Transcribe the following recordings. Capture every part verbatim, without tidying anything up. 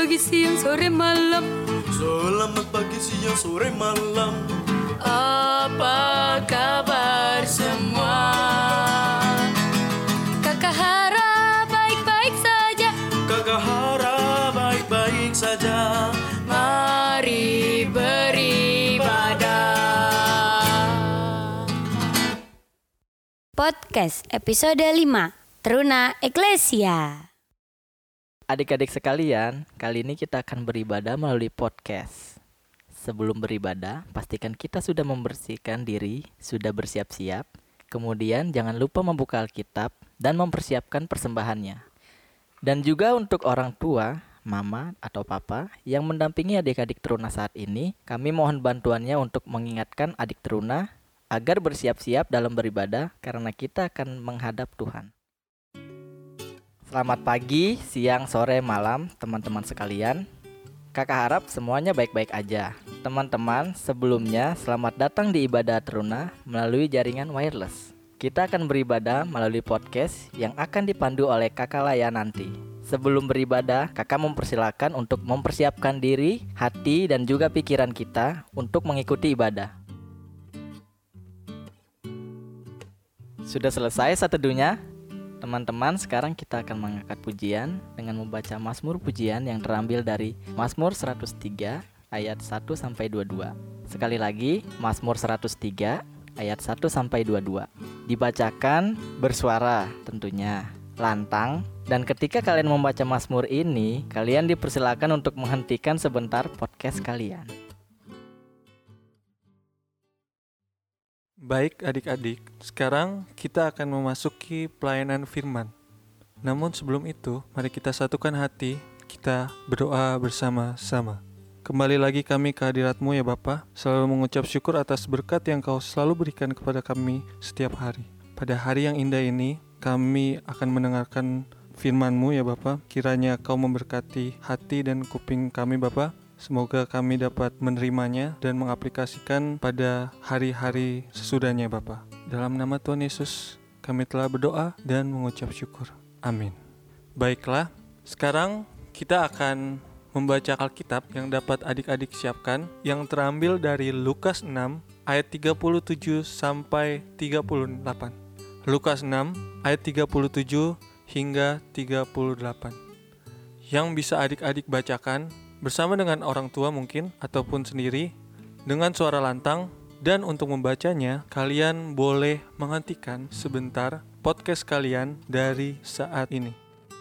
pagi, siang, sore, malam. Selamat pagi, siang, sore, malam. Apa kabar semua? Kakak harap baik-baik saja. Kakak harap baik-baik saja. Mari beribadah. Podcast episode lima, Teruna Eklesia. Adik-adik sekalian, kali ini kita akan beribadah melalui podcast. Sebelum beribadah, pastikan kita sudah membersihkan diri, sudah bersiap-siap. Kemudian jangan lupa membuka Alkitab dan mempersiapkan persembahannya. Dan juga untuk orang tua, mama atau papa yang mendampingi adik-adik teruna saat ini, kami mohon bantuannya untuk mengingatkan adik teruna agar bersiap-siap dalam beribadah karena kita akan menghadap Tuhan. Selamat pagi, siang, sore, malam teman-teman sekalian. Kakak harap semuanya baik-baik aja. Teman-teman, sebelumnya selamat datang di ibadah teruna melalui jaringan wireless. Kita akan beribadah melalui podcast yang akan dipandu oleh kakak Laya nanti. Sebelum beribadah, kakak mempersilakan untuk mempersiapkan diri, hati, dan juga pikiran kita untuk mengikuti ibadah. Sudah selesai seteduhnya? Teman-teman, sekarang kita akan mengangkat pujian dengan membaca Mazmur pujian yang terambil dari Mazmur seratus tiga ayat satu sampai dua puluh dua. Sekali lagi, Mazmur seratus tiga ayat satu sampai dua puluh dua. Dibacakan bersuara tentunya, lantang, dan ketika kalian membaca Mazmur ini, kalian dipersilakan untuk menghentikan sebentar podcast kalian. Baik adik-adik, sekarang kita akan memasuki pelayanan firman. Namun sebelum itu, mari kita satukan hati, kita berdoa bersama-sama. Kembali lagi kami ke hadirat-Mu ya Bapa, selalu mengucap syukur atas berkat yang Kau selalu berikan kepada kami setiap hari. Pada hari yang indah ini, kami akan mendengarkan firman-Mu ya Bapa. Kiranya Kau memberkati hati dan kuping kami Bapa. Semoga kami dapat menerimanya dan mengaplikasikan pada hari-hari sesudahnya Bapa. Dalam nama Tuhan Yesus, kami telah berdoa dan mengucap syukur. Amin. Baiklah, sekarang kita akan membaca Alkitab yang dapat adik-adik siapkan, yang terambil dari Lukas enam ayat tiga puluh tujuh sampai tiga puluh delapan. Lukas enam ayat tiga puluh tujuh hingga tiga puluh delapan. Yang bisa adik-adik bacakan bersama dengan orang tua mungkin, ataupun sendiri, dengan suara lantang. Dan untuk membacanya, kalian boleh menghentikan sebentar podcast kalian dari saat ini.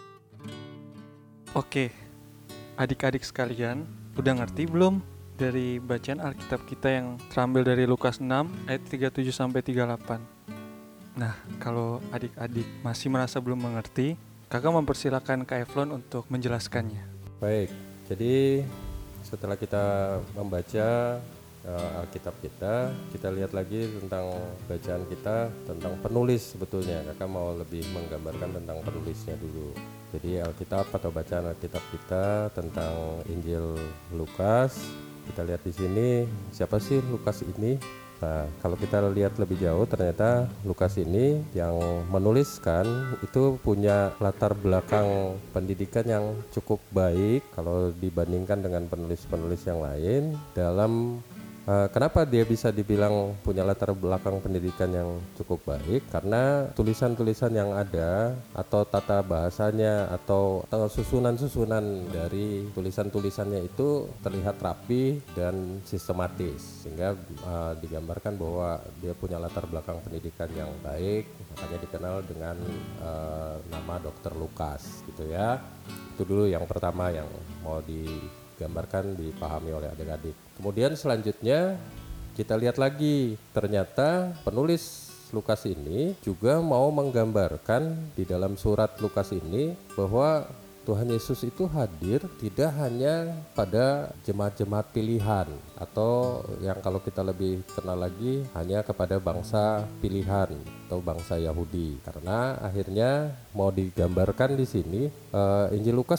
Oke, adik-adik sekalian, udah ngerti belum dari bacaan Alkitab kita yang terambil dari Lukas enam ayat tiga puluh tujuh sampai tiga puluh delapan? Nah, kalau adik-adik masih merasa belum mengerti, kakak mempersilakan Kak Eflon untuk menjelaskannya. Baik. Jadi setelah kita membaca uh, Alkitab kita, kita lihat lagi tentang bacaan kita tentang penulis sebetulnya. Kakak mau lebih menggambarkan tentang penulisnya dulu. Jadi Alkitab atau bacaan Alkitab kita tentang Injil Lukas. Kita lihat di sini, siapa sih Lukas ini? Nah, kalau kita lihat lebih jauh, ternyata Lukas ini yang menuliskan itu punya latar belakang pendidikan yang cukup baik kalau dibandingkan dengan penulis-penulis yang lain. Dalam uh, kenapa dia bisa dibilang punya latar belakang pendidikan yang cukup baik? Karena tulisan-tulisan yang ada atau tata bahasanya atau, atau susunan-susunan dari tulisan-tulisannya itu terlihat rapi dan sistematis, sehingga uh, digambarkan bahwa dia punya latar belakang pendidikan yang baik, makanya dikenal dengan uh, nama Dokter Lukas gitu ya. Itu dulu yang pertama yang mau digambarkan, dipahami oleh adik-adik. Kemudian selanjutnya kita lihat lagi, ternyata penulis Lukas ini juga mau menggambarkan di dalam surat Lukas ini bahwa Tuhan Yesus itu hadir tidak hanya pada jemaat-jemaat pilihan atau yang kalau kita lebih kenal lagi hanya kepada bangsa pilihan atau bangsa Yahudi. Karena akhirnya mau digambarkan di sini uh, Injil Lukas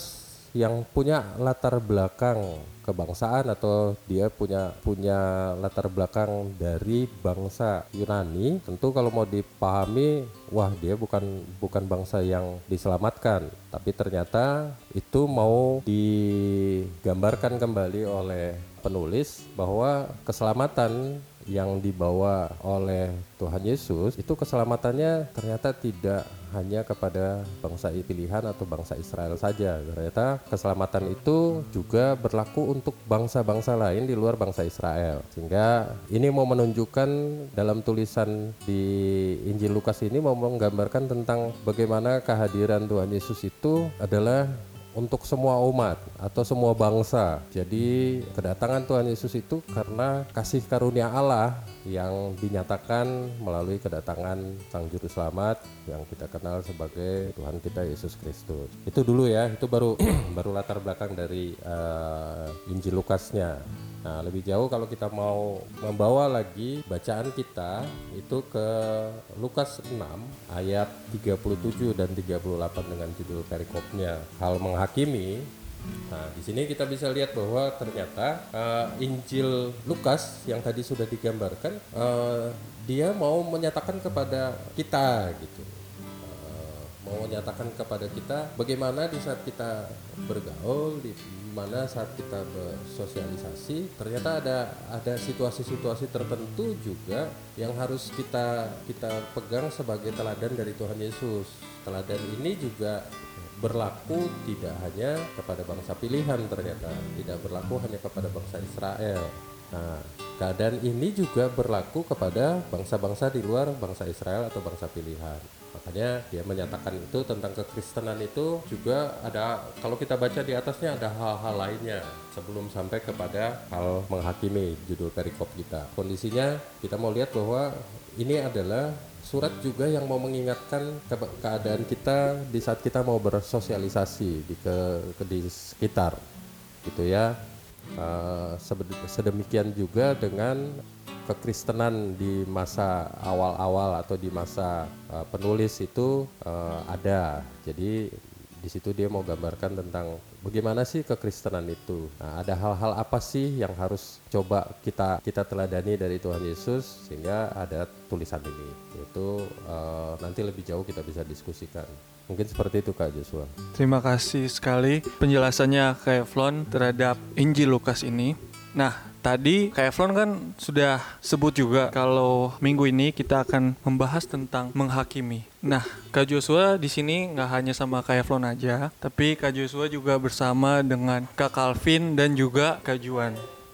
yang punya latar belakang kebangsaan atau dia punya punya latar belakang dari bangsa Yunani, tentu kalau mau dipahami, wah dia bukan bukan bangsa yang diselamatkan, tapi ternyata itu mau digambarkan kembali oleh penulis bahwa keselamatan yang dibawa oleh Tuhan Yesus itu keselamatannya ternyata tidak hanya kepada bangsa pilihan atau bangsa Israel saja. Ternyata keselamatan itu juga berlaku untuk bangsa-bangsa lain di luar bangsa Israel. Sehingga ini mau menunjukkan dalam tulisan di Injil Lukas ini mau menggambarkan tentang bagaimana kehadiran Tuhan Yesus itu adalah untuk semua umat atau semua bangsa. Jadi kedatangan Tuhan Yesus itu karena kasih karunia Allah yang dinyatakan melalui kedatangan Sang Juru Selamat yang kita kenal sebagai Tuhan kita Yesus Kristus. Itu dulu ya, itu baru baru latar belakang dari uh, Injil Lukasnya. Nah, lebih jauh kalau kita mau membawa lagi bacaan kita itu ke Lukas enam ayat tiga puluh tujuh dan tiga puluh delapan dengan judul perikopnya Hal Menghakimi. Nah, di sini kita bisa lihat bahwa ternyata uh, Injil Lukas yang tadi sudah digambarkan uh, dia mau menyatakan kepada kita gitu. Uh, mau menyatakan kepada kita bagaimana di saat kita bergaul, di mana saat kita bersosialisasi ternyata ada ada situasi-situasi tertentu juga yang harus kita kita pegang sebagai teladan dari Tuhan Yesus. Teladan ini juga berlaku tidak hanya kepada bangsa pilihan, ternyata tidak berlaku hanya kepada bangsa Israel. Nah, keadaan ini juga berlaku kepada bangsa-bangsa di luar bangsa Israel atau bangsa pilihan. Makanya dia menyatakan itu tentang kekristenan itu juga ada, kalau kita baca di atasnya ada hal-hal lainnya sebelum sampai kepada hal menghakimi, judul perikop kita. Kondisinya kita mau lihat bahwa ini adalah surat juga yang mau mengingatkan ke- keadaan kita di saat kita mau bersosialisasi di ke, ke di sekitar gitu ya. Uh, sedemikian juga dengan kekristenan di masa awal-awal atau di masa uh, penulis itu uh, ada. Jadi di situ dia mau gambarkan tentang bagaimana sih kekristenan itu. Nah, ada hal-hal apa sih yang harus coba kita kita teladani dari Tuhan Yesus sehingga ada tulisan ini. Itu uh, nanti lebih jauh kita bisa diskusikan. Mungkin seperti itu Kak Joshua. Terima kasih sekali penjelasannya Kak Eflon terhadap Injil Lukas ini. Nah, tadi Kak Eflon kan sudah sebut juga kalau minggu ini kita akan membahas tentang menghakimi. Nah, Kak Joshua di sini nggak hanya sama Kak Eflon aja, tapi Kak Joshua juga bersama dengan Kak Calvin dan juga Kak Juan.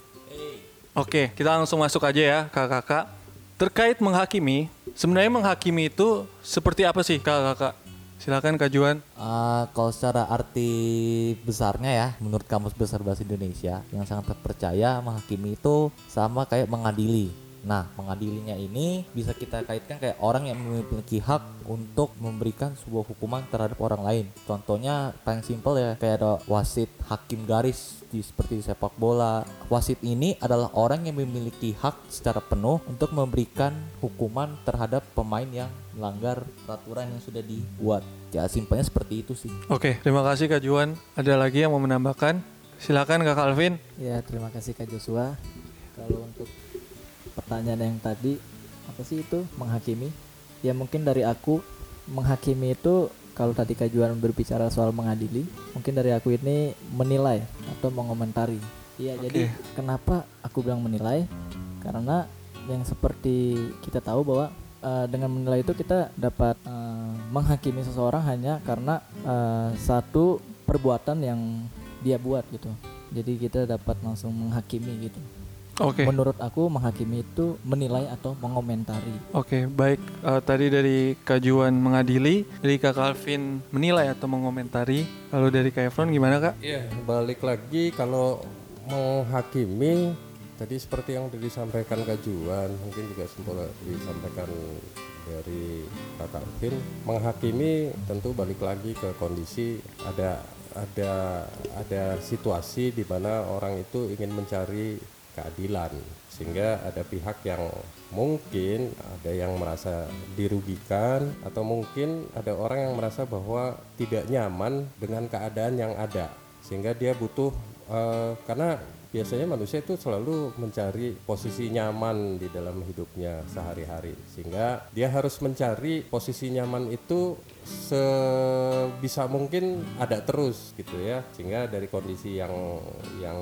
Oke, kita langsung masuk aja ya Kak-kakak. Terkait menghakimi, sebenarnya menghakimi itu seperti apa sih Kak-kakak? Silakan Kak Juan. Uh, kalau secara arti besarnya ya, menurut Kamus Besar Bahasa Indonesia yang sangat terpercaya, menghakimi itu sama kayak mengadili. Nah, mengadilinya ini bisa kita kaitkan kayak orang yang memiliki hak untuk memberikan sebuah hukuman terhadap orang lain. Contohnya paling simpel ya, kayak ada wasit hakim garis di seperti sepak bola. Wasit ini adalah orang yang memiliki hak secara penuh untuk memberikan hukuman terhadap pemain yang melanggar peraturan yang sudah dibuat. Ya, simpelnya seperti itu sih. Oke, terima kasih Kak Juan. Ada lagi yang mau menambahkan? Silakan Kak Calvin. Ya, terima kasih Kak Joshua. Kalau untuk pertanyaan yang tadi, apa sih itu menghakimi? Ya mungkin dari aku, menghakimi itu kalau tadi Kak Juan berbicara soal mengadili, mungkin dari aku ini menilai atau mengomentari. Iya, okay. Jadi kenapa aku bilang menilai? Karena yang seperti kita tahu bahwa uh, dengan menilai itu kita dapat uh, menghakimi seseorang hanya karena uh, satu perbuatan yang dia buat gitu. Jadi kita dapat langsung menghakimi gitu. Oke. Okay. Menurut aku menghakimi itu menilai atau mengomentari. Oke, okay, baik. Uh, tadi dari Kak Juan mengadili, dari Kak Calvin menilai atau mengomentari. Lalu dari Kak Eflon gimana Kak? Iya, yeah, balik lagi kalau menghakimi tadi seperti yang disampaikan Kak Juan, mungkin juga sempat disampaikan dari Kak Calvin. Menghakimi tentu balik lagi ke kondisi ada ada ada situasi di mana orang itu ingin mencari keadilan, sehingga ada pihak yang mungkin ada yang merasa dirugikan atau mungkin ada orang yang merasa bahwa tidak nyaman dengan keadaan yang ada, sehingga dia butuh uh, karena biasanya manusia itu selalu mencari posisi nyaman di dalam hidupnya sehari-hari, sehingga dia harus mencari posisi nyaman itu sebisa mungkin ada terus gitu ya, sehingga dari kondisi yang yang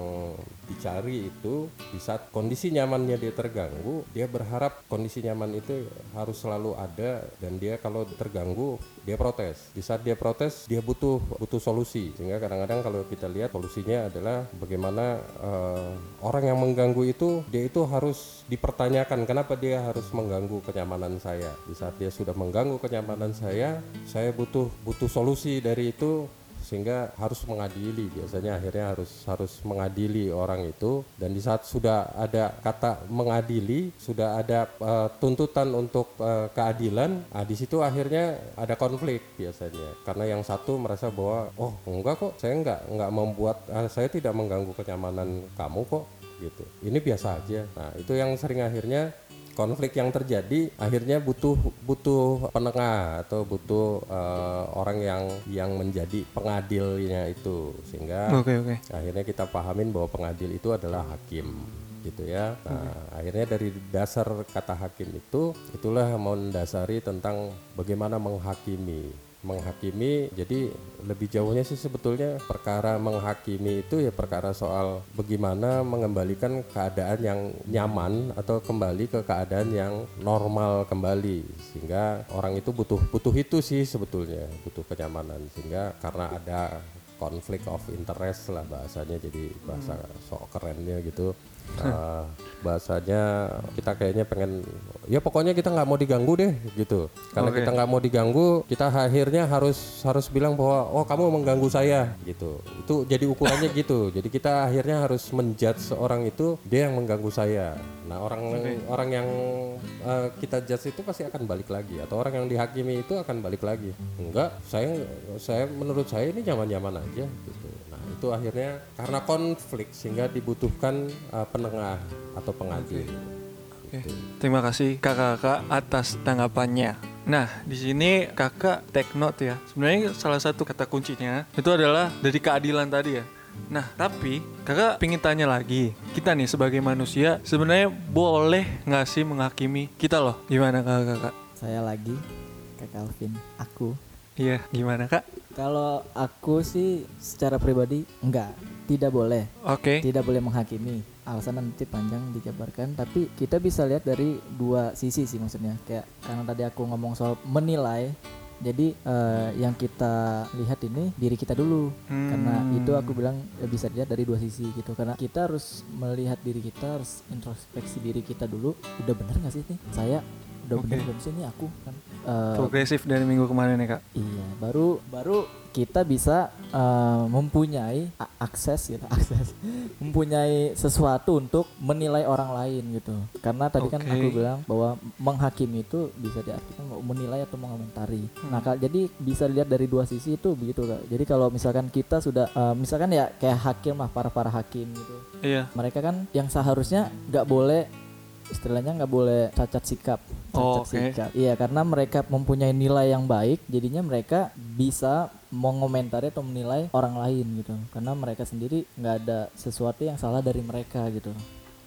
dicari itu di saat kondisi nyamannya dia terganggu, dia berharap kondisi nyaman itu harus selalu ada, dan dia kalau terganggu dia protes. Di saat dia protes dia butuh butuh solusi, sehingga kadang-kadang kalau kita lihat solusinya adalah bagaimana uh, orang yang mengganggu itu dia itu harus dipertanyakan kenapa dia harus mengganggu kenyamanan saya. Di saat dia sudah mengganggu kenyamanan saya, saya butuh butuh solusi dari itu, sehingga harus mengadili, biasanya akhirnya harus harus mengadili orang itu. Dan di saat sudah ada kata mengadili, sudah ada uh, tuntutan untuk uh, keadilan, nah, di situ akhirnya ada konflik biasanya, karena yang satu merasa bahwa oh enggak kok, saya enggak enggak membuat uh, saya tidak mengganggu kenyamanan kamu kok gitu, ini biasa aja. Nah itu yang sering akhirnya konflik yang terjadi, akhirnya butuh butuh penengah atau butuh uh, orang yang yang menjadi pengadilnya itu, sehingga okay, okay. akhirnya kita pahamin bahwa pengadil itu adalah hakim gitu ya. Nah okay. akhirnya dari dasar kata hakim itu, itulah mendasari tentang bagaimana menghakimi. Menghakimi, jadi lebih jauhnya sih sebetulnya perkara menghakimi itu ya perkara soal bagaimana mengembalikan keadaan yang nyaman atau kembali ke keadaan yang normal kembali, sehingga orang itu butuh butuh itu sih sebetulnya, butuh kenyamanan, sehingga karena ada conflict of interest lah bahasanya, jadi bahasa sok kerennya gitu. Uh, bahasanya kita kayaknya pengen ya pokoknya kita nggak mau diganggu deh gitu, karena okay. kita nggak mau diganggu, kita akhirnya harus harus bilang bahwa oh kamu mengganggu saya gitu, itu jadi ukurannya gitu. Jadi kita akhirnya harus menjudge seorang itu dia yang mengganggu saya. Nah orang okay. orang yang uh, kita judge itu pasti akan balik lagi, atau orang yang dihakimi itu akan balik lagi, enggak saya saya menurut saya ini nyaman-nyaman aja gitu. Itu akhirnya karena konflik sehingga dibutuhkan uh, penengah atau pengadil. Oke. Oke. Terima kasih kakak-kakak atas tanggapannya. Nah, di sini kakak take note ya. Sebenarnya salah satu kata kuncinya itu adalah dari keadilan tadi ya. Nah, tapi kakak pingin tanya lagi, kita nih sebagai manusia sebenarnya boleh nggak sih menghakimi kita loh? Gimana kakak-kakak? Saya lagi, Kak Calvin, aku. Iya, gimana kak? Kalau aku sih secara pribadi enggak, tidak boleh. Oke. Okay. Tidak boleh menghakimi. Alasan nanti panjang dijabarkan, tapi kita bisa lihat dari dua sisi sih maksudnya. Kayak karena tadi aku ngomong soal menilai, jadi uh, yang kita lihat ini diri kita dulu. Hmm. Karena itu aku bilang ya bisa dilihat dari dua sisi gitu. Karena kita harus melihat diri kita, harus introspeksi diri kita dulu. Udah benar nggak sih nih saya? Udah okay. benar belum sih ini aku kan? Uh, Progresif dari minggu kemarin ya kak. Iya, baru baru kita bisa uh, mempunyai akses gitu, akses mempunyai sesuatu untuk menilai orang lain gitu. Karena tadi okay. kan aku bilang bahwa menghakimi itu bisa diartikan menilai atau mengomentari. Hmm. Nah, jadi bisa dilihat dari dua sisi itu begitu kak. Jadi kalau misalkan kita sudah uh, misalkan ya kayak hakim lah, para para hakim gitu. Iya. Mereka kan yang seharusnya nggak boleh, istilahnya nggak boleh cacat sikap. Oh, oke. Okay. Iya, karena mereka mempunyai nilai yang baik, jadinya mereka bisa mengomentari atau menilai orang lain gitu. Karena mereka sendiri nggak ada sesuatu yang salah dari mereka gitu.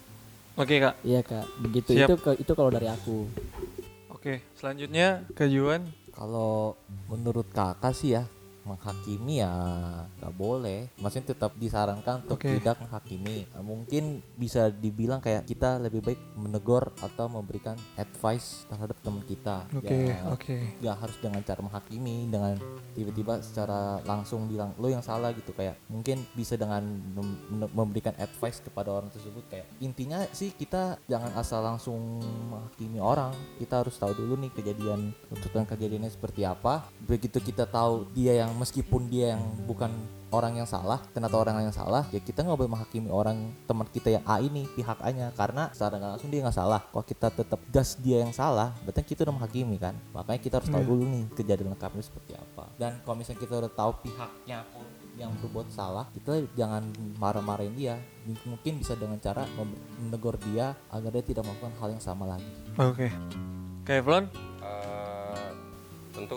Oke okay, kak. Iya kak, begitu. Siap. Itu itu kalau dari aku. Oke, selanjutnya Kak Juan. Kalau menurut kakak sih ya, menghakimi ya nggak boleh, maksudnya tetap disarankan untuk okay. tidak menghakimi. Mungkin bisa dibilang kayak kita lebih baik menegur atau memberikan advice terhadap teman kita. Oke, okay, ya, oke. Okay. Nggak harus dengan cara menghakimi, dengan tiba-tiba secara langsung bilang lo yang salah gitu. Kayak mungkin bisa dengan mem- memberikan advice kepada orang tersebut. Kayak intinya sih kita jangan asal langsung menghakimi orang. Kita harus tahu dulu nih kejadian, tuntutan kejadiannya seperti apa. Begitu kita tahu dia yang meskipun dia yang bukan orang yang salah, ternyata orang yang salah, ya kita nggak boleh menghakimi orang teman kita yang A ini, pihak A-nya, karena secara nggak langsung dia nggak salah. Kalau kita tetap gas dia yang salah, berarti kita udah menghakimi kan. Makanya kita harus tahu dulu nih kejadian lengkapnya seperti apa. Dan kalau misalnya kita udah tahu pihaknya pun yang berbuat salah, kita jangan marah-marahin dia. Mungkin bisa dengan cara menegur dia agar dia tidak melakukan hal yang sama lagi. Oke. Okay. Kevlon? Uh, tentu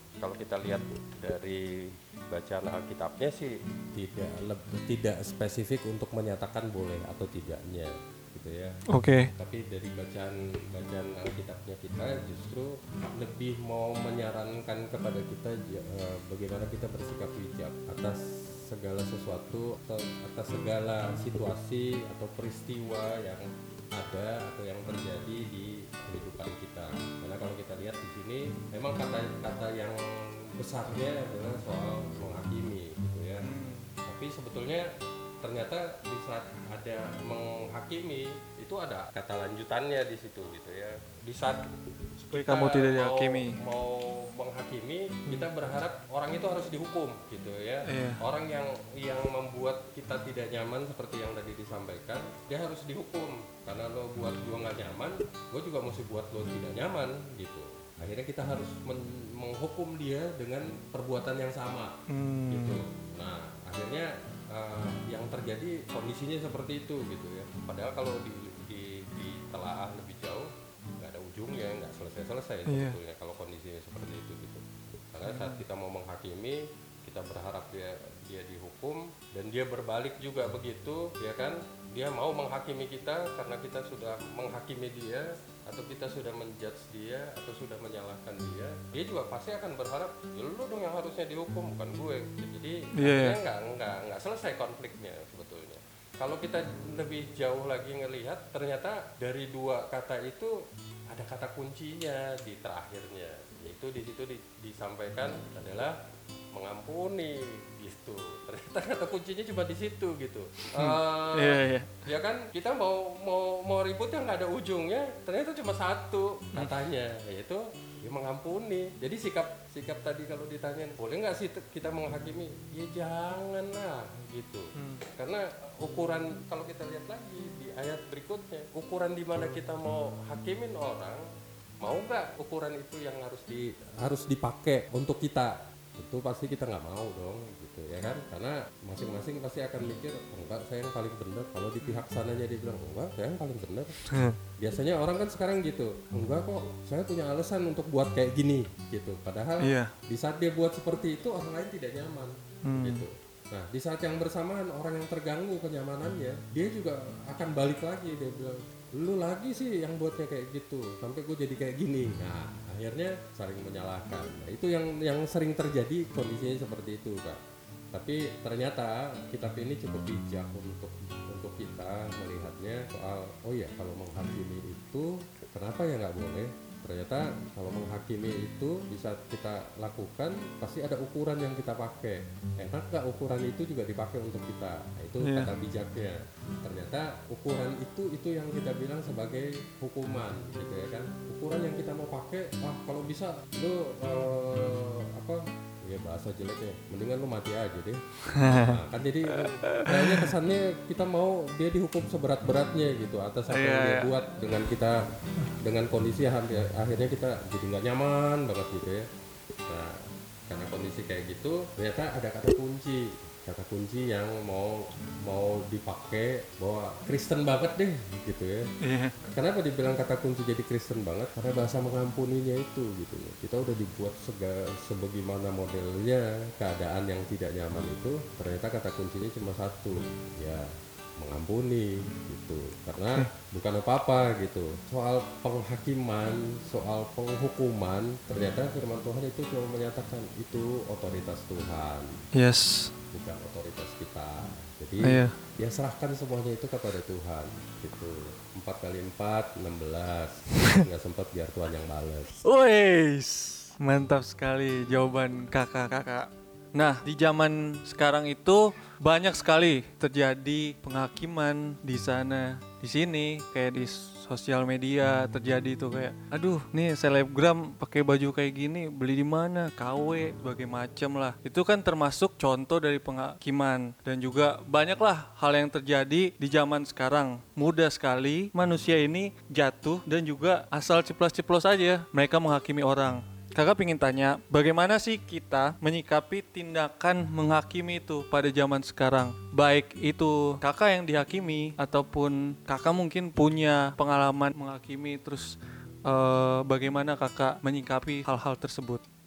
kalau kita lihat dari bacaan Alkitabnya sih tidak leb- tidak spesifik untuk menyatakan boleh atau tidaknya gitu ya. Oke. Tapi dari bacaan bacaan Alkitabnya kita justru lebih mau menyarankan kepada kita ja- eh, bagaimana kita bersikap bijak atas segala sesuatu atau atas segala situasi atau peristiwa yang ada atau yang terjadi di kehidupan kita. Karena kalau kita lihat di sini memang kata-kata yang besarnya adalah soal menghakimi gitu ya. Tapi sebetulnya ternyata di saat ada menghakimi itu ada kata lanjutannya di situ gitu ya. Di saat Supaya kita kamu tidak mau- dihakimi. mau menghakimi, kita berharap orang itu harus dihukum gitu ya. Iya. Orang yang yang membuat kita tidak nyaman seperti yang tadi disampaikan, dia harus dihukum. Karena lo buat gua nggak nyaman, gua juga mesti buat lo tidak nyaman gitu. Akhirnya kita harus men- menghukum dia dengan perbuatan yang sama Hmm. gitu. Nah, akhirnya uh, yang terjadi kondisinya seperti itu gitu ya. Padahal kalau di di ditelaah lebih jauh nggak ada ujungnya, nggak selesai-selesai Iya. sebetulnya kalau kondisinya seperti itu gitu. Karena saat kita mau menghakimi, kita berharap dia dia dihukum dan dia berbalik juga begitu, ya kan? Dia mau menghakimi kita karena kita sudah menghakimi dia atau kita sudah menjudge dia atau sudah menyalahkan dia. Dia juga pasti akan berharap, ya lu dong yang harusnya dihukum bukan gue. Jadi Iya. akhirnya nggak nggak nggak selesai konfliknya sebetulnya. Kalau kita lebih jauh lagi ngelihat, ternyata dari dua kata itu ada kata kuncinya di terakhirnya, yaitu di situ di- disampaikan adalah mengampuni gitu. Ternyata kata kuncinya cuma di situ gitu. Eh, Iya, iya. Ya kan kita mau mau mau ribut yang nggak ada ujungnya, ternyata cuma satu katanya, yaitu ya mengampuni. Jadi sikap sikap tadi kalau ditanyain boleh nggak sih te- kita menghakimi, ya jangan lah gitu. Karena ukuran kalau kita lihat lagi di ayat berikutnya, ukuran di mana kita mau hakimin orang, mau nggak ukuran itu yang harus di harus dipakai untuk kita, itu pasti kita nggak mau dong gitu ya kan, karena masing-masing pasti akan mikir enggak saya yang paling benar. Kalau di pihak sananya dia bilang enggak saya yang paling benar, biasanya orang kan sekarang gitu, enggak kok saya punya alasan untuk buat kayak gini gitu, padahal Iya. di saat dia buat seperti itu orang lain tidak nyaman gitu. Nah di saat yang bersamaan orang yang terganggu kenyamanannya, dia juga akan balik lagi, dia bilang lu lagi sih yang buatnya kayak gitu sampai gue jadi kayak gini. Nah akhirnya saling menyalahkan. Nah, itu yang yang sering terjadi kondisinya seperti itu Kak. Tapi ternyata kitab ini cukup bijak untuk untuk kita melihatnya soal oh ya kalau menghakimi itu kenapa ya nggak boleh. Ternyata kalau menghakimi itu bisa kita lakukan pasti ada ukuran yang kita pakai. Enak nggak ukuran itu juga dipakai untuk kita. Nah, itu Iya. kata bijaknya. Ternyata ukuran itu itu yang kita bilang sebagai hukuman gitu ya kan. Ukuran yang kita mau pakai, ah kalau bisa lu eh, apa ya bahasa jeleknya, mendingan lu mati aja deh. Nah, kan jadi eh, kayaknya kesannya kita mau dia dihukum seberat-beratnya gitu atas apa yang Iya, dia iya. buat dengan kita dengan kondisi hampir, akhirnya kita jadi nggak nyaman banget gitu ya. Nah karena kondisi kayak gitu ternyata ada kata kunci kata kunci yang mau mau dipakai bahwa Kristen banget deh gitu ya. Iya. Kenapa dibilang kata kunci jadi Kristen banget? Karena bahasa mengampuninya itu gitu loh. Kita udah dibuat sega, sebagaimana modelnya keadaan yang tidak nyaman itu, ternyata kata kuncinya cuma satu, ya mengampuni gitu. Karena bukan apa-apa gitu. Soal penghakiman, soal penghukuman, ternyata firman Tuhan itu cuma menyatakan itu otoritas Tuhan, Yes. bukan otoritas kita. Jadi Iya. ya serahkan semuanya itu kepada Tuhan gitu. Empat kali empat enam belas. Nggak sempat biar Tuhan yang balas. Wes, mantap sekali jawaban kakak-kakak. Nah, di zaman sekarang itu banyak sekali terjadi penghakiman di sana, di sini, kayak di sosial media terjadi tuh kayak, aduh, nih selebgram pakai baju kayak gini, beli di mana, K W, sebagai macam lah. Itu kan termasuk contoh dari penghakiman dan juga banyaklah hal yang terjadi di zaman sekarang. Mudah sekali manusia ini jatuh dan juga asal ceplos-ceplos aja mereka menghakimi orang. Kakak pengen tanya, bagaimana sih kita menyikapi tindakan menghakimi itu pada zaman sekarang? Baik itu kakak yang dihakimi, ataupun kakak mungkin punya pengalaman menghakimi, terus eh, bagaimana kakak menyikapi hal-hal tersebut?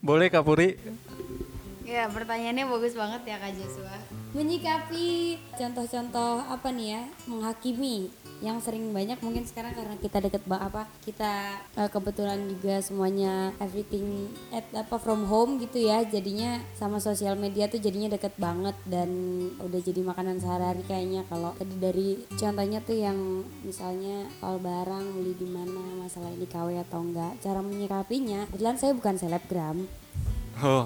Boleh Kak Puri? Ya, pertanyaannya bagus banget ya Kak Joshua. Menyikapi contoh-contoh apa nih ya, menghakimi yang sering banyak mungkin sekarang karena kita deket ba- apa kita eh, kebetulan juga semuanya everything at apa from home gitu ya, jadinya sama sosial media tuh jadinya deket banget dan udah jadi makanan sehari-hari kayaknya. Kalau tadi dari contohnya tuh yang misalnya soal barang beli di mana, masalah ini K W atau enggak, cara menyikapinya, kebetulan saya bukan selebgram. Oh.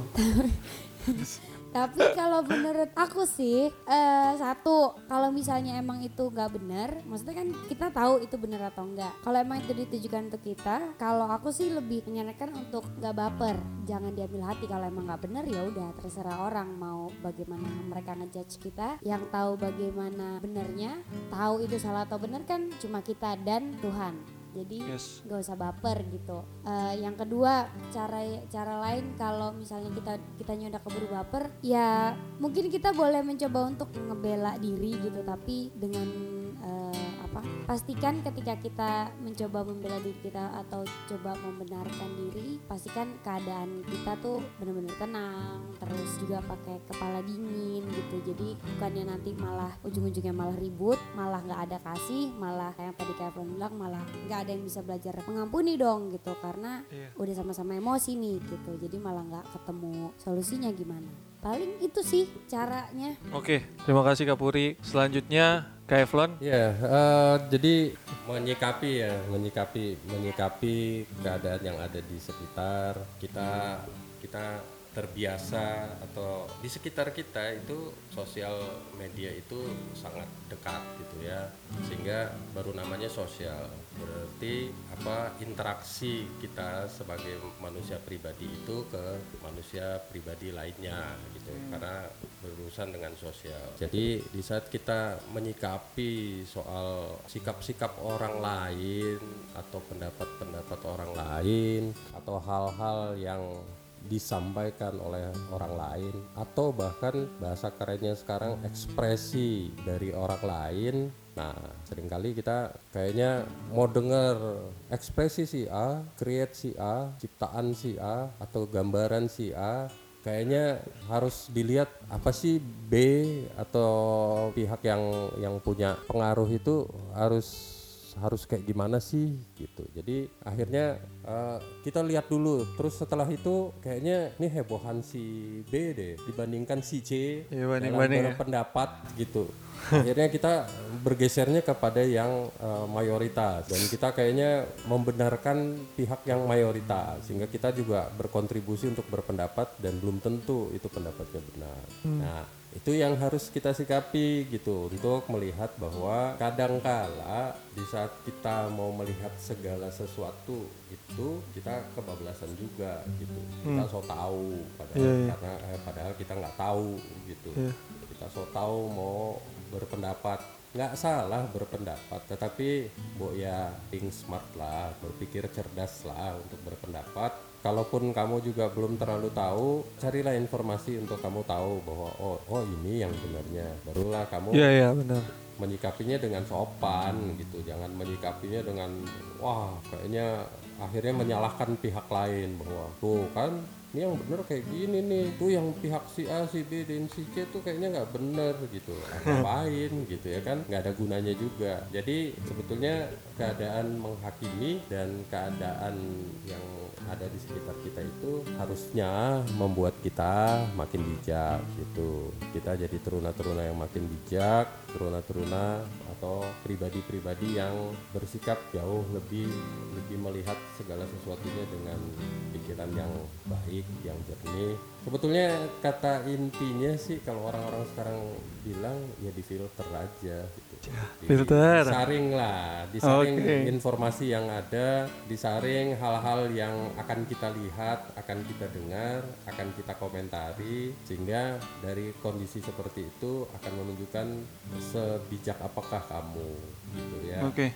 Tapi kalau menurut aku sih eh, satu, kalau misalnya emang itu nggak benar, maksudnya kan kita tahu itu benar atau enggak. Kalau emang itu ditujukan untuk kita, kalau aku sih lebih menyarankan untuk nggak baper, jangan diambil hati. Kalau emang nggak benar ya udah terserah orang mau bagaimana mereka ngejudge kita. Yang tahu bagaimana benarnya, tahu itu salah atau benar kan cuma kita dan Tuhan. Jadi Yes. gak usah baper gitu. Uh, yang kedua, cara cara lain kalau misalnya kita kitanya udah keburu baper, ya mungkin kita boleh mencoba untuk ngebela diri gitu, tapi dengan uh, apa? Pastikan ketika kita mencoba membela diri kita atau coba membenarkan diri, pastikan keadaan kita tuh benar-benar tenang, terus juga pakai kepala dingin gitu. Jadi bukannya nanti malah ujung-ujungnya malah ribut, malah nggak ada kasih, malah kayak tadi Kak Evan bilang malah nggak ada yang bisa belajar mengampuni dong gitu, karena Iya. udah sama-sama emosi nih gitu, jadi malah nggak ketemu solusinya gimana. Paling itu sih caranya. Oke, terima kasih Kak Puri. Selanjutnya Kak Eflon. Ya, eh, jadi menyikapi ya, menyikapi, menyikapi keadaan yang ada di sekitar kita, kita terbiasa atau di sekitar kita itu sosial media itu sangat dekat gitu ya, sehingga baru namanya sosial. Berarti apa, interaksi kita sebagai manusia pribadi itu ke manusia pribadi lainnya gitu, karena berurusan dengan sosial. Jadi di saat kita menyikapi soal sikap-sikap orang lain atau pendapat-pendapat orang lain atau hal-hal yang disampaikan oleh orang lain atau bahkan bahasa kerennya sekarang ekspresi dari orang lain. Nah, seringkali kita kayaknya mau dengar ekspresi si A, create si A, ciptaan si A atau gambaran si A, kayaknya harus dilihat apa sih B atau pihak yang yang punya pengaruh itu harus harus kayak gimana sih gitu. Jadi akhirnya uh, kita lihat dulu, terus setelah itu kayaknya ini hebohan si B deh dibandingkan si C Ya, dalam banding-banding ya. berpendapat gitu. Akhirnya kita bergesernya kepada yang uh, mayoritas dan kita kayaknya membenarkan pihak yang mayoritas, sehingga kita juga berkontribusi untuk berpendapat dan belum tentu itu pendapatnya benar. Hmm. Nah, itu yang harus kita sikapi gitu, untuk melihat bahwa kadangkala di saat kita mau melihat segala sesuatu itu kita kebablasan juga gitu. Kita so tahu padahal Yeah, yeah. karena eh, padahal kita nggak tahu gitu. Yeah. Kita so tahu mau berpendapat, nggak salah berpendapat, tetapi bu ya think smart lah, berpikir cerdas lah untuk berpendapat. Kalaupun kamu juga belum terlalu tahu, carilah informasi untuk kamu tahu bahwa oh oh ini yang benarnya. Barulah kamu Iya, iya, benar. menyikapinya dengan sopan gitu. Jangan menyikapinya dengan wah kayaknya akhirnya menyalahkan pihak lain bahwa tuh kan ini yang bener kayak gini nih, tuh yang pihak si A, si B, dan si C tuh kayaknya nggak bener gitu. Ngapain gitu ya kan, nggak ada gunanya juga. Jadi sebetulnya keadaan menghakimi dan keadaan yang ada di sekitar kita itu harusnya membuat kita makin bijak gitu. Kita jadi teruna-teruna yang makin bijak, teruna-teruna atau pribadi-pribadi yang bersikap jauh lebih lebih melihat segala sesuatunya dengan pikiran yang baik, yang jernih. Sebetulnya kata intinya sih kalau orang-orang sekarang bilang ya di filter aja gitu. Di- filter. Disaring lah, disaring Oke. informasi yang ada, disaring hal-hal yang akan kita lihat, akan kita dengar, akan kita komentari, sehingga dari kondisi seperti itu akan menunjukkan sebijak apakah kamu gitu ya. Oke.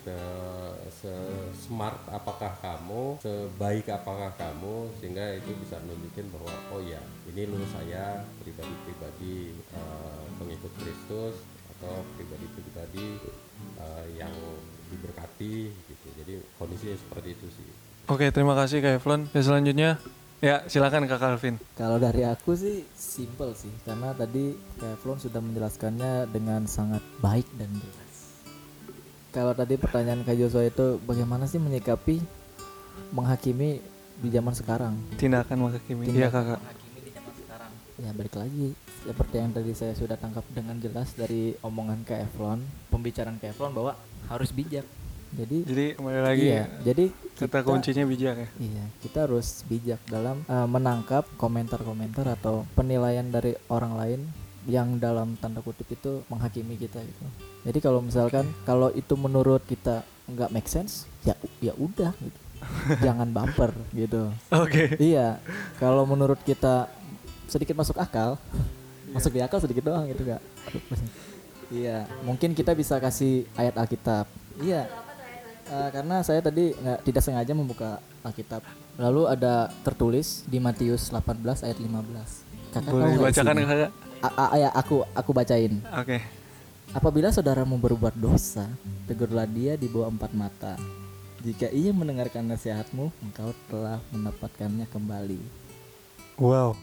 Se- smart apakah kamu, sebaik apakah kamu, sehingga itu bisa menunjukkan bahwa oh ya ini lu saya pribadi-pribadi uh, pengikut Kristus atau pribadi-pribadi uh, yang diberkati gitu. Jadi kondisinya seperti itu sih. Oke, terima kasih Kak Eflon. Dan selanjutnya Ya, silakan Kak Calvin. Kalau dari aku sih simple sih, karena tadi Kak Eflon sudah menjelaskannya dengan sangat baik dan jelas. Kalau tadi pertanyaan Kak Joshua itu bagaimana sih menyikapi menghakimi di zaman sekarang? Tindakan menghakimi. Iya, Kakak. Menghakimi di zaman sekarang. Ya balik lagi seperti yang tadi saya sudah tangkap dengan jelas dari omongan Kak Eflon, pembicaraan Kak Eflon bahwa harus bijak. Jadi Jadi kembali lagi iya, jadi kata kita- kuncinya bijak ya. Iya, kita harus bijak dalam uh, menangkap komentar-komentar atau penilaian dari orang lain yang dalam tanda kutip itu menghakimi kita gitu. Jadi kalau misalkan kalau itu menurut kita nggak make sense, ya ya udah gitu. Jangan baper gitu. Oke. Iya, kalau menurut kita sedikit masuk akal, masuk di akal sedikit doang gitu Kak. Iya, mungkin kita bisa kasih ayat Alkitab. Iya. Uh, karena saya tadi nggak tidak sengaja membuka Alkitab. Lalu ada tertulis di Matius delapan belas ayat lima belas. Kakak Boleh tahu nggak dibacakan isinya? Kakak? A- a- ya aku aku bacain. Oke. Apabila saudaramu berbuat dosa, tegurlah dia di bawah empat mata. Jika ia mendengarkan nasihatmu, engkau telah mendapatkannya kembali. Wow.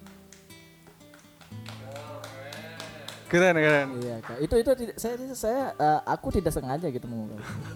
Keren, keren. Iya Kak. Itu itu tidak- saya saya uh, aku tidak sengaja gitu mau.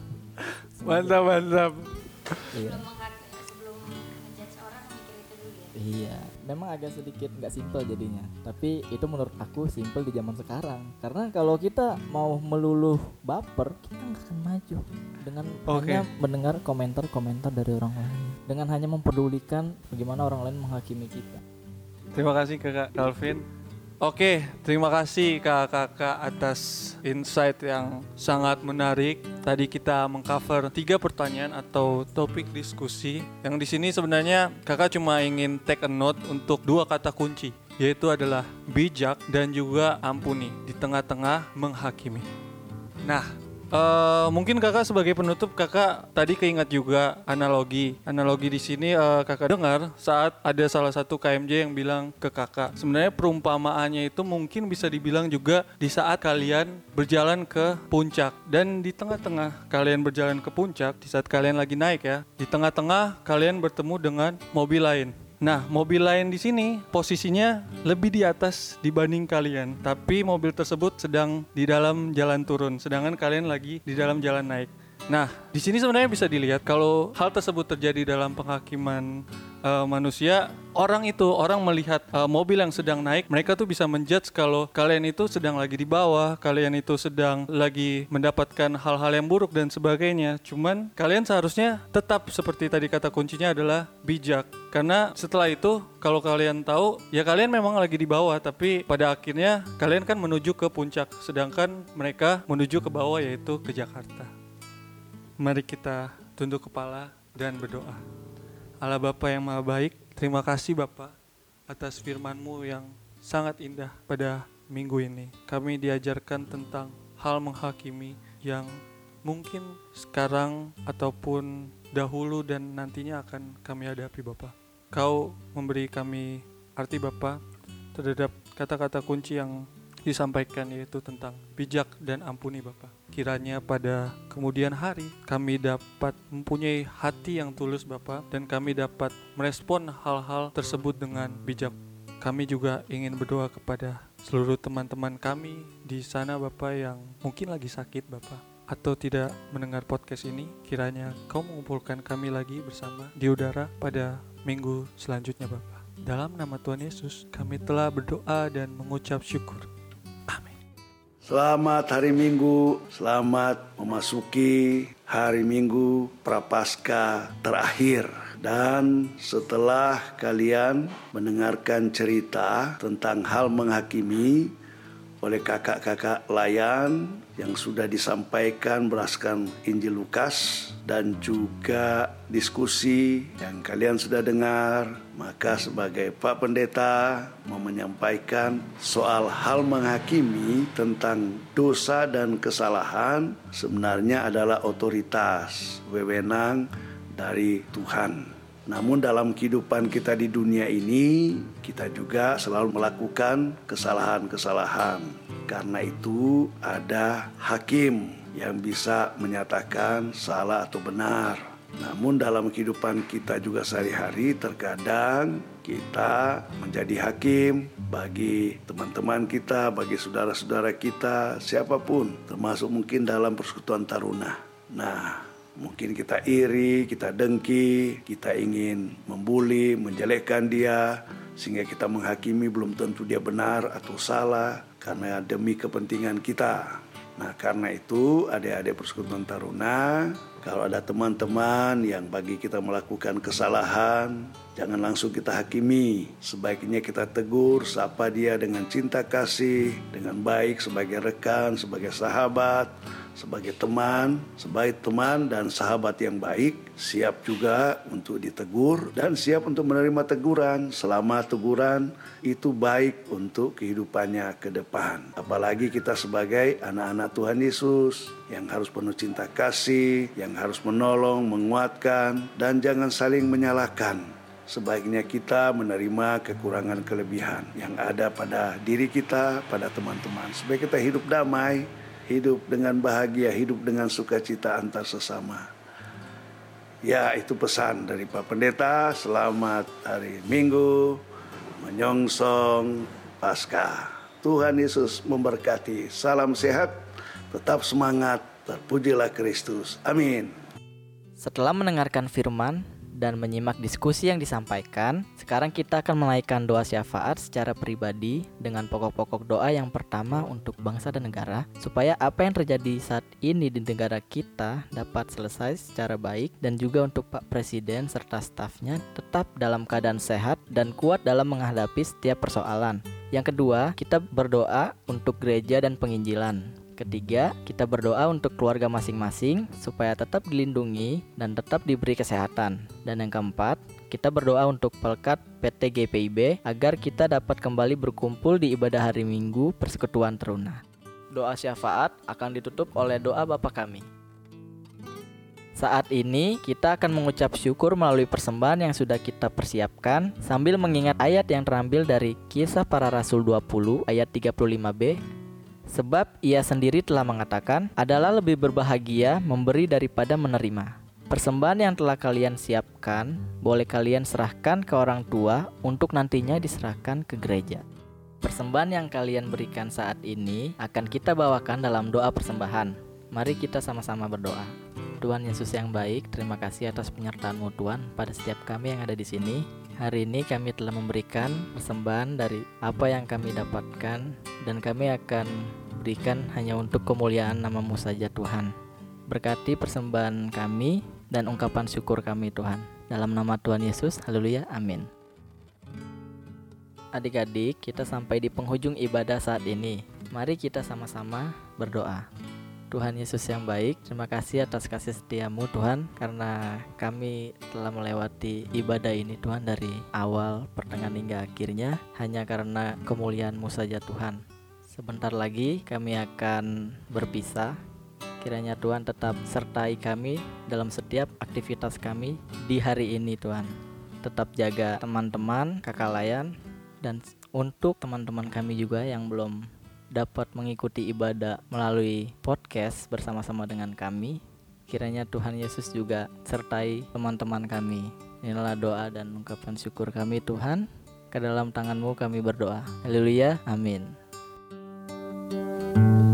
Mantap, mantap. Iya. Sebelum ngejudge orang mikir itu dulu ya. Iya, memang agak sedikit nggak simpel jadinya. Tapi itu menurut aku simpel di zaman sekarang. Karena kalau kita mau meluluh baper, kita nggak akan maju. Dengan Oke. hanya mendengar komentar-komentar dari orang lain, dengan hanya mempedulikan bagaimana orang lain menghakimi kita. Terima kasih Kakak Calvin. Oke, terima kasih kakak-kakak atas insight yang sangat menarik. Tadi kita mengcover tiga pertanyaan atau topik diskusi. Yang di sini sebenarnya kakak cuma ingin take a note untuk dua kata kunci, yaitu adalah bijak dan juga ampuni di tengah-tengah menghakimi. Nah, Uh, mungkin kakak sebagai penutup kakak tadi keingat juga analogi analogi di sini uh, kakak dengar saat ada salah satu K M J yang bilang ke kakak sebenarnya perumpamaannya itu mungkin bisa dibilang juga di saat kalian berjalan ke puncak dan di tengah-tengah kalian berjalan ke puncak di saat kalian lagi naik ya di tengah-tengah kalian bertemu dengan mobil lain. Nah, mobil lain di sini posisinya lebih di atas dibanding kalian, tapi mobil tersebut sedang di dalam jalan turun, sedangkan kalian lagi di dalam jalan naik. Nah, di sini sebenarnya bisa dilihat kalau hal tersebut terjadi dalam penghakiman uh, manusia, orang itu orang melihat uh, mobil yang sedang naik, mereka tuh bisa menjudge kalau kalian itu sedang lagi di bawah, kalian itu sedang lagi mendapatkan hal-hal yang buruk dan sebagainya. Cuman kalian seharusnya tetap seperti tadi kata kuncinya adalah bijak. Karena setelah itu kalau kalian tahu ya kalian memang lagi di bawah, tapi pada akhirnya kalian kan menuju ke puncak, sedangkan mereka menuju ke bawah yaitu ke Jakarta. Mari kita tunduk kepala dan berdoa. Allah Bapa yang Maha Baik, terima kasih Bapa atas firman-Mu yang sangat indah pada minggu ini. Kami diajarkan tentang hal menghakimi yang mungkin sekarang ataupun dahulu dan nantinya akan kami hadapi Bapa. Kau memberi kami arti Bapa terhadap kata-kata kunci yang disampaikan yaitu tentang bijak dan ampuni Bapa. Kiranya pada kemudian hari kami dapat mempunyai hati yang tulus Bapa dan kami dapat merespon hal-hal tersebut dengan bijak. Kami juga ingin berdoa kepada seluruh teman-teman kami di sana Bapa yang mungkin lagi sakit Bapa atau tidak mendengar podcast ini. Kiranya Kau mengumpulkan kami lagi bersama di udara pada minggu selanjutnya Bapa. Dalam nama Tuhan Yesus kami telah berdoa dan mengucap syukur. Selamat hari Minggu, selamat memasuki hari Minggu Prapaskah terakhir. Dan setelah kalian mendengarkan cerita tentang hal menghakimi oleh kakak-kakak layan yang sudah disampaikan berdasarkan Injil Lukas dan juga diskusi yang kalian sudah dengar, maka sebagai Pak Pendeta mau menyampaikan soal hal menghakimi tentang dosa dan kesalahan sebenarnya adalah otoritas, wewenang dari Tuhan. Namun dalam kehidupan kita di dunia ini, kita juga selalu melakukan kesalahan-kesalahan. Karena itu ada hakim yang bisa menyatakan salah atau benar. Namun dalam kehidupan kita juga sehari-hari terkadang kita menjadi hakim bagi teman-teman kita, bagi saudara-saudara kita, siapapun, termasuk mungkin dalam persekutuan taruna. Nah, mungkin kita iri, kita dengki, kita ingin membuli, menjelekkan dia, sehingga kita menghakimi belum tentu dia benar atau salah karena demi kepentingan kita. Nah, karena itu adik-adik persekutuan taruna, kalau ada teman-teman yang bagi kita melakukan kesalahan, jangan langsung kita hakimi. Sebaiknya kita tegur, sapa dia dengan cinta kasih, dengan baik sebagai rekan, sebagai sahabat, sebagai teman, sebagai teman dan sahabat yang baik, siap juga untuk ditegur dan siap untuk menerima teguran selama teguran itu baik untuk kehidupannya ke depan. Apalagi kita sebagai anak-anak Tuhan Yesus yang harus penuh cinta kasih, yang harus menolong, menguatkan, dan jangan saling menyalahkan. Sebaiknya kita menerima kekurangan kelebihan yang ada pada diri kita, pada teman-teman, supaya kita hidup damai, hidup dengan bahagia, hidup dengan sukacita antar sesama. Ya, itu pesan dari Pak Pendeta. Selamat hari Minggu menyongsong Paskah. Tuhan Yesus memberkati. Salam sehat, tetap semangat, terpujilah Kristus. Amin. Setelah mendengarkan firman dan menyimak diskusi yang disampaikan, sekarang kita akan menaikkan doa syafaat secara pribadi dengan pokok-pokok doa. Yang pertama untuk bangsa dan negara, supaya apa yang terjadi saat ini di negara kita dapat selesai secara baik, dan juga untuk Pak Presiden serta stafnya tetap dalam keadaan sehat dan kuat dalam menghadapi setiap persoalan. Yang kedua, kita berdoa untuk gereja dan penginjilan. Ketiga, kita berdoa untuk keluarga masing-masing supaya tetap dilindungi dan tetap diberi kesehatan. Dan yang keempat, kita berdoa untuk Pelkat P T G P I B agar kita dapat kembali berkumpul di ibadah hari Minggu Persekutuan Teruna. Doa syafaat akan ditutup oleh doa Bapa Kami. Saat ini kita akan mengucap syukur melalui persembahan yang sudah kita persiapkan sambil mengingat ayat yang terambil dari Kisah Para Rasul dua puluh ayat tiga puluh lima b. Sebab ia sendiri telah mengatakan, adalah lebih berbahagia memberi daripada menerima. Persembahan yang telah kalian siapkan, boleh kalian serahkan ke orang tua untuk nantinya diserahkan ke gereja. Persembahan yang kalian berikan saat ini akan kita bawakan dalam doa persembahan. Mari kita sama-sama berdoa. Tuhan Yesus yang baik, terima kasih atas penyertaan-Mu Tuhan pada setiap kami yang ada di sini. Hari ini kami telah memberikan persembahan dari apa yang kami dapatkan, dan kami akan berikan hanya untuk kemuliaan nama-Mu saja Tuhan. Berkati persembahan kami dan ungkapan syukur kami Tuhan. Dalam nama Tuhan Yesus, haleluya, amin. Adik-adik, kita sampai di penghujung ibadah saat ini. Mari kita sama-sama berdoa. Tuhan Yesus yang baik, terima kasih atas kasih setia-Mu Tuhan, karena kami telah melewati ibadah ini Tuhan dari awal, pertengahan hingga akhirnya hanya karena kemuliaan-Mu saja Tuhan. Sebentar lagi kami akan berpisah. Kiranya Tuhan tetap sertai kami dalam setiap aktivitas kami di hari ini Tuhan. Tetap jaga teman-teman, kakak layan, dan untuk teman-teman kami juga yang belum dapat mengikuti ibadah melalui podcast bersama-sama dengan kami, kiranya Tuhan Yesus juga sertai teman-teman kami. Inilah doa dan ungkapan syukur kami Tuhan. Ke dalam tangan-Mu kami berdoa. Haleluya, amin.